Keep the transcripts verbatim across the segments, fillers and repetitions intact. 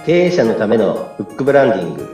経営者のためのフックブランディング。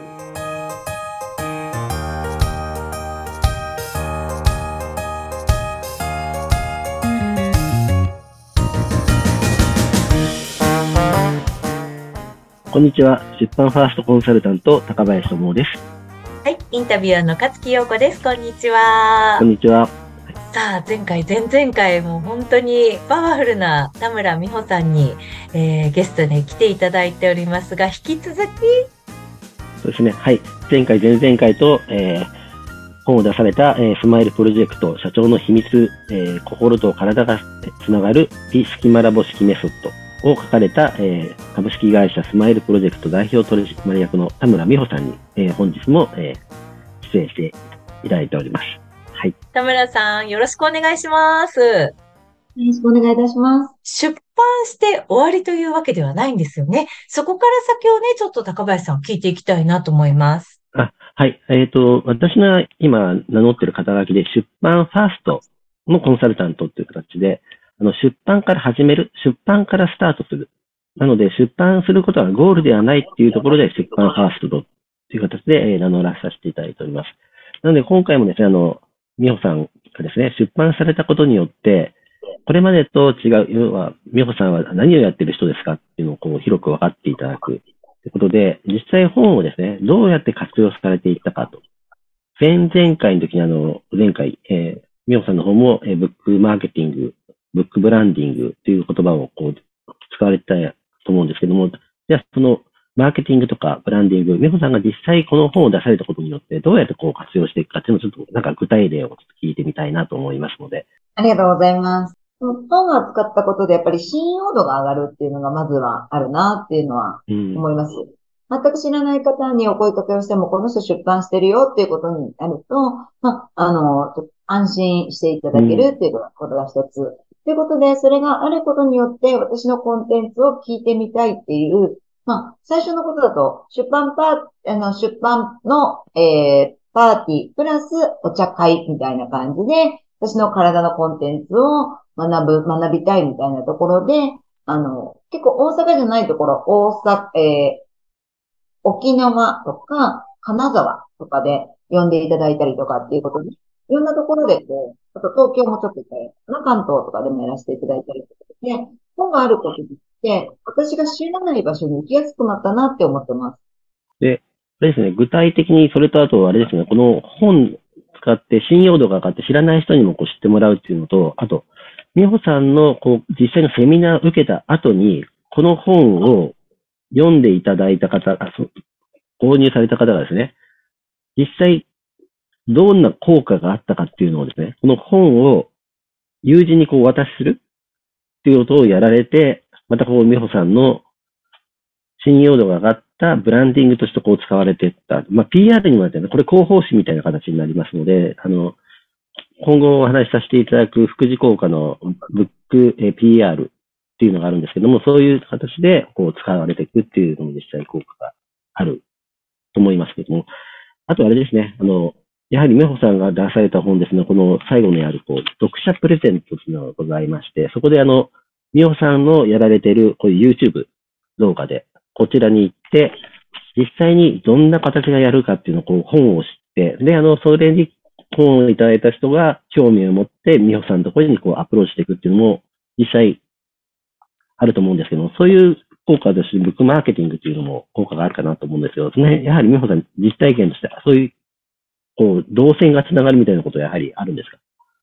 こんにちは。出版ファーストコンサルタント高林智です。 はい、インタビュアーの勝木陽子です。こんにちは。 こんにちは。 さあ、前回、前々回も本当にパワフルな田村美穂さんに、えー、ゲストで来ていただいておりますが、引き続きそうですね。はい。前回、前々回と、えー、本を出された、えー、スマイルプロジェクト社長の秘密、えー、心と体がつながるピスキマラボ式メソッドを書かれた、えー、株式会社スマイルプロジェクト代表取締役の田村美穂さんに、えー、本日も、えー、出演していただいております。はい。 田村さん、よろしくお願いします。よろしくお願いいたします。 出版して終わりというわけではないんですよね。そこから先をね、ちょっと高林さん聞いていきたいなと思います。 あ、はい。えっと、私が今名乗っている肩書きで出版ファーストのコンサルタントという形で、あの出版から始める、出版からスタートする。なので、出版することはゴールではないっていうところで、出版ファーストという形で名乗らさせていただいております。なので、今回もですね、あの、美穂さんがですね、出版されたことによって、これまでと違う、要は、美穂さんは何をやってる人ですかっていうのをこう広く分かっていただくということで、実際本をですね、どうやって活用されていったかと。前々回の時にあの、前回、えー、美穂さんの方も、えー、ブックマーケティング、ブックブランディングという言葉をこう使われてたと思うんですけども、じゃあそのマーケティングとかブランディング、美穂さんが実際この本を出されたことによってどうやってこう活用していくかっていうのをちょっとなんか具体例をちょっと聞いてみたいなと思いますので。 ありがとうございます。本を扱ったことでやっぱり信用度が上がるっていうのがまずはあるなっていうのは思います。うん、全く知らない方にお声掛けをしてもこの人出版してるよっていうことになると、まあ、あの、安心していただけるっていうことが一つ。うんということで、それがあることによって私のコンテンツを聞いてみたいっていう、まあ、最初のことだと、出版パー、あの、出版の、えー、パーティー、プラスお茶会みたいな感じで、私の体のコンテンツを学ぶ、学びたいみたいなところで、あの、結構大阪じゃないところ、大阪、えー、沖縄とか、金沢とかで呼んでいただいたりとかっていうことで、いろんなところでこう、あと東京もちょっと行ったり、関東とかでもやらせていただいたりとかで、本があることによって、私が知らない場所に行きやすくなったなって思ってます。 で、あれですね、具体的にそれとあとあれですね、この本使って信用度が上がって知らない人にもこう知ってもらうっていうのと、あと、美穂さんのこう実際のセミナーを受けた後に、この本を読んでいただいた方、あそ購入された方がですね、実際どんな効果があったかっていうのをですね、この本を友人にこうお渡しするっていうことをやられて、またこう美穂さんの信用度が上がったブランディングとしてこう使われていった。まあ、ピーアール にもなってね、これ広報誌みたいな形になりますので、あの、今後お話しさせていただく副次効果のブック ピーアール っていうのがあるんですけども、そういう形でこう使われていくっていうのも実際効果があると思いますけども、あとあれですね、あの、やはり美穂さんが出された本ですね、この最後にあるこう読者プレゼントというのがございまして、そこであの、美穂さんのやられているこういう YouTube 動画で、こちらに行って、実際にどんな形がやるかっていうのをこう本を知って、で、あの、それに本をいただいた人が興味を持って、美穂さんのところにこうアプローチしていくっていうのも実際あると思うんですけども、そういう効果としてブックマーケティングっていうのも効果があるかなと思うんですよ。ね、やはり美穂さん実体験としてそういうこう動線がつながるみたいなことはやはりあるんですか？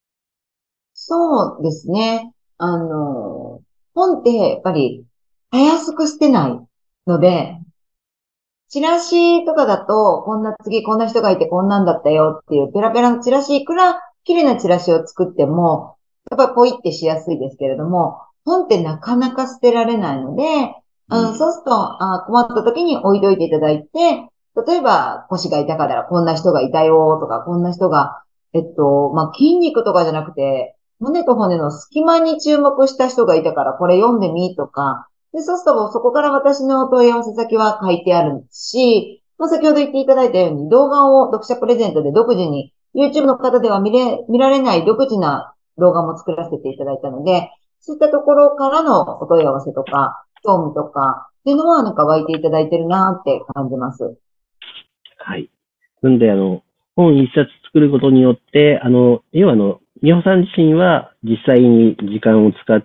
そうですね。あの、本ってやっぱりたやすく捨てないので、チラシとかだと、こんな次こんな人がいてこんなんだったよっていうペラペラのチラシ、いくら綺麗なチラシを作っても、やっぱりポイってしやすいですけれども、本ってなかなか捨てられないので、うん、そうするとあ困った時に置いといていただいて、例えば腰が痛かったらこんな人がいたよとか、こんな人が、えっと、まあ、筋肉とかじゃなくて、骨と骨の隙間に注目した人がいたからこれ読んでみとか、で、そうするとそこから私のお問い合わせ先は書いてあるし、まあ、先ほど言っていただいたように動画を読者プレゼントで独自に YouTube の方では見れ、見られない独自な動画も作らせていただいたので、そういったところからのお問い合わせとか、興味とか、 っていうのはなんか湧いていただいてるなって感じます。 はい。なんで、あの、本一冊作ることによって、あの、要はあの、美穂さん自身は実際に時間を使って、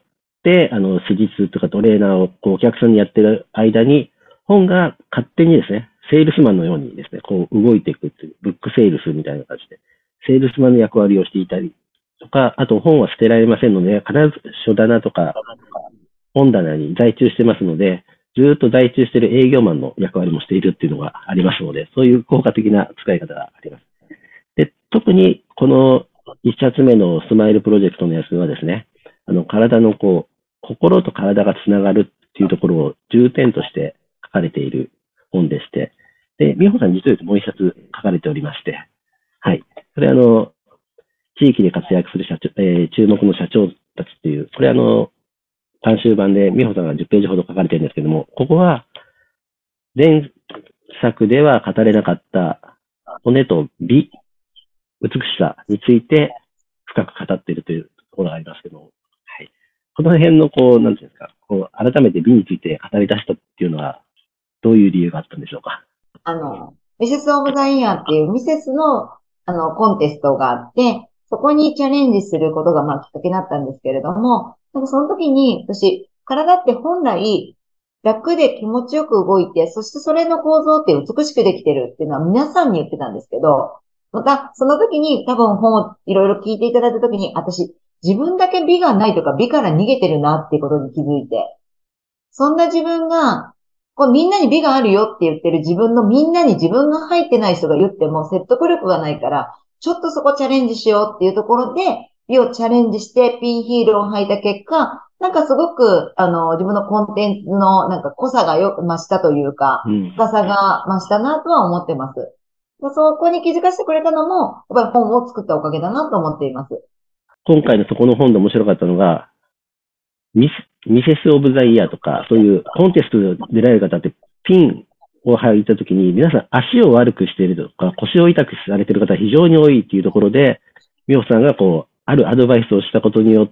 あの、施術とかトレーナーをこうお客さんにやってる間に、本が勝手にですね、セールスマンのようにですね、こう動いていくっていう、ブックセールスみたいな感じで、セールスマンの役割をしていたりとか、あと本は捨てられませんので、必ず書棚とか本棚に在中してますので、ずーっと在中している営業マンの役割もしているっていうのがありますので、そういう効果的な使い方があります。で、特にこの一冊目のスマイルプロジェクトのやつはですね、あの、体のこう、心と体がつながるっていうところを重点として書かれている本でして、で、美穂さん実は言うともう一冊書かれておりまして、はい。それあの、地域で活躍する社長、えー、注目の社長たちっていう、これあの、監修版で美穂さんがじゅっページほど書かれてるんですけども、ここは前作では語れなかった骨と美、美しさについて深く語っているというところがありますけども、はい。この辺のこう、なんていうんですか、こう、改めて美について語り出したっていうのは、どういう理由があったんでしょうか。 あの、ミセスオブザイヤーっていうミセスの、あの、コンテストがあって、そこにチャレンジすることが、まあ、きっかけになったんですけれども、なんかその時に、私、体って本来、楽で気持ちよく動いて、そしてそれの構造って美しくできてるっていうのは皆さんに言ってたんですけど、また、その時に多分本をいろいろ聞いていただいた時に、私、自分だけ美がないとか美から逃げてるなっていうことに気づいて、そんな自分が、こうみんなに美があるよって言ってる自分のみんなに自分が入ってない人が言っても説得力がないから、ちょっとそこチャレンジしようっていうところで、美をチャレンジしてピンヒールを履いた結果、なんかすごく、あの、自分のコンテンツのなんか濃さがよく増したというか、深さが増したなとは思ってます。そこに気づかせてくれたのも、やっぱり本を作ったおかげだなと思っています。 今回のそこの本で面白かったのが、ミス、ミセスオブザイヤーとか、そういうコンテストで出られる方ってピンを履いたときに、皆さん足を悪くしているとか、腰を痛くされている方が非常に多いっていうところで、美穂さんがこう、あるアドバイスをしたことによって、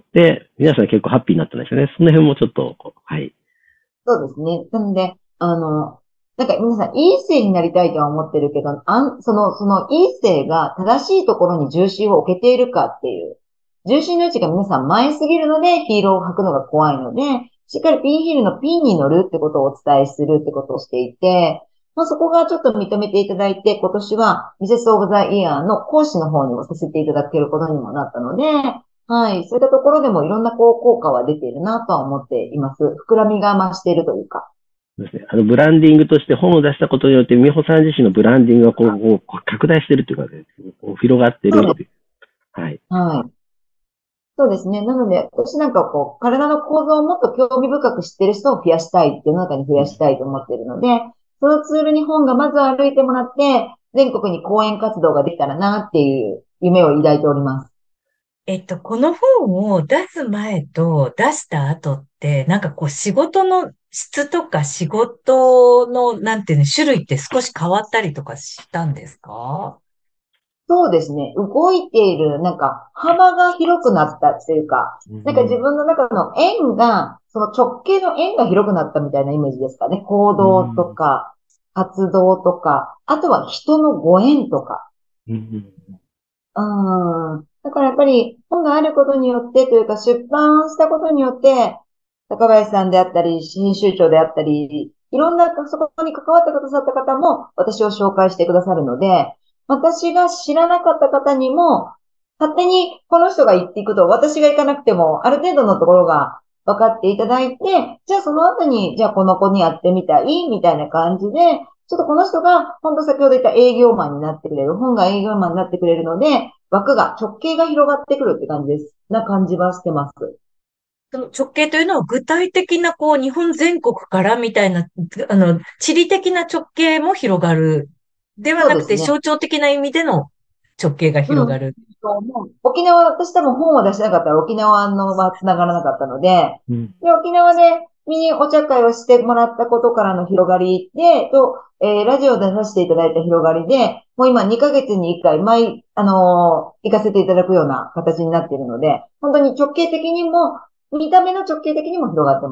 皆さん結構ハッピーになったんですよね。その辺もちょっと、はい。 そうですね。なので、あの、なんか皆さん、いい姿勢になりたいとは思ってるけど、あん、その、そのいい姿勢が正しいところに重心を置けているかっていう。重心の位置が皆さん前すぎるので、ヒールを履くのが怖いので、しっかりピンヒールのピンに乗るってことをお伝えするってことをしていて、まあ、そこがちょっと認めていただいて、今年はミセスオブザイヤーの講師の方にもさせていただけることにもなったので、はい。そういったところでもいろんなこう効果は出ているなとは思っています。膨らみが増しているというか。 そうですね。あの、ブランディングとして本を出したことによって、美穂さん自身のブランディングがこう、こう拡大しているというか、ね、こう広がっているっていう。はい。 はい。そうですね。なので、私なんかこう、体の構造をもっと興味深く知ってる人を増やしたいっていう中に増やしたいと思っているので、そのツールに本がまず歩いてもらって、全国に講演活動ができたらなっていう夢を抱いております。 えっと、この本を出す前と出した後って、なんかこう仕事の質とか仕事の、なんていうの、種類って少し変わったりとかしたんですか？ そうですね。動いている、なんか、幅が広くなったっていうか、なんか自分の中の円が、その直径の円が広くなったみたいなイメージですかね。行動とか、活動とか、あとは人のご縁とか。うん。だからやっぱり本があることによってというか出版したことによって、高林さんであったり、編集長であったり、いろんなそこに関わってくださった方も私を紹介してくださるので、私が知らなかった方にも、勝手にこの人が行っていくと、私が行かなくても、ある程度のところが分かっていただいて、じゃあその後に、じゃあこの子にやってみたいみたいな感じで、ちょっとこの人が、本当先ほど言った営業マンになってくれる、本が営業マンになってくれるので、枠が、直径が広がってくるって感じです。な感じはしてます。 その直径というのは具体的なこう日本全国からみたいな、あの、地理的な直径も広がる。ではなくて、 そうですね。 象徴的な意味での直径が広がる。 そうもう沖縄、私多分本を出しなかったら沖縄のは繋がらなかったので、うん、で沖縄で見にお茶会をしてもらったことからの広がりで、と、えー、ラジオで出させていただいた広がりで、もう今にかげつにいっかい、毎、あのー、行かせていただくような形になっているので、本当に直径的にも、見た目の直径的にも広がってます。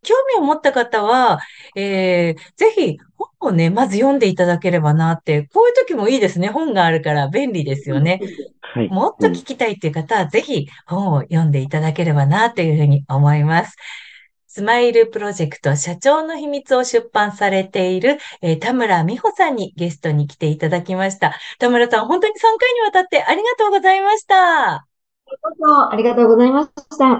興味を持った方は、えー、ぜひ本をね、まず読んでいただければなって、こういう時もいいですね。本があるから便利ですよね。 はい。 もっと聞きたいっていう方は、ぜひ本を読んでいただければなというふうに思います。スマイルプロジェクト社長の秘密を出版されている、えー、田村美穂さんにゲストに来ていただきました。田村さん、本当にさんかいにわたってありがとうございました。 ありがとうございました。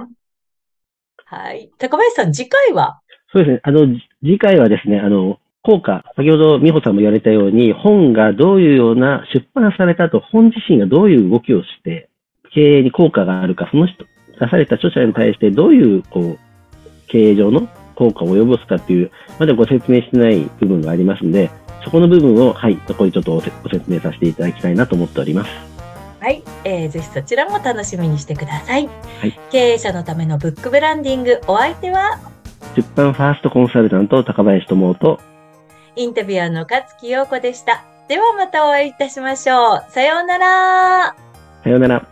はい。高林さん、次回は？ そうですね。あの、次回はですね、あの、効果、先ほど美穂さんも言われたように、本がどういうような、出版された後、本自身がどういう動きをして、経営に効果があるか、その人、出された著者に対してどういう、こう、経営上の効果を及ぼすかっていう、まだご説明してない部分がありますので、そこの部分を、はい、そこにちょっとご説明させていただきたいなと思っております。 はい、えー、ぜひそちらも楽しみにしてください。 はい、 経営者のためのブックブランディング、お相手は出版ファーストコンサルタント高林智とインタビュアーの勝木陽子でした。ではまたお会いいたしましょう。さようなら。 さようなら。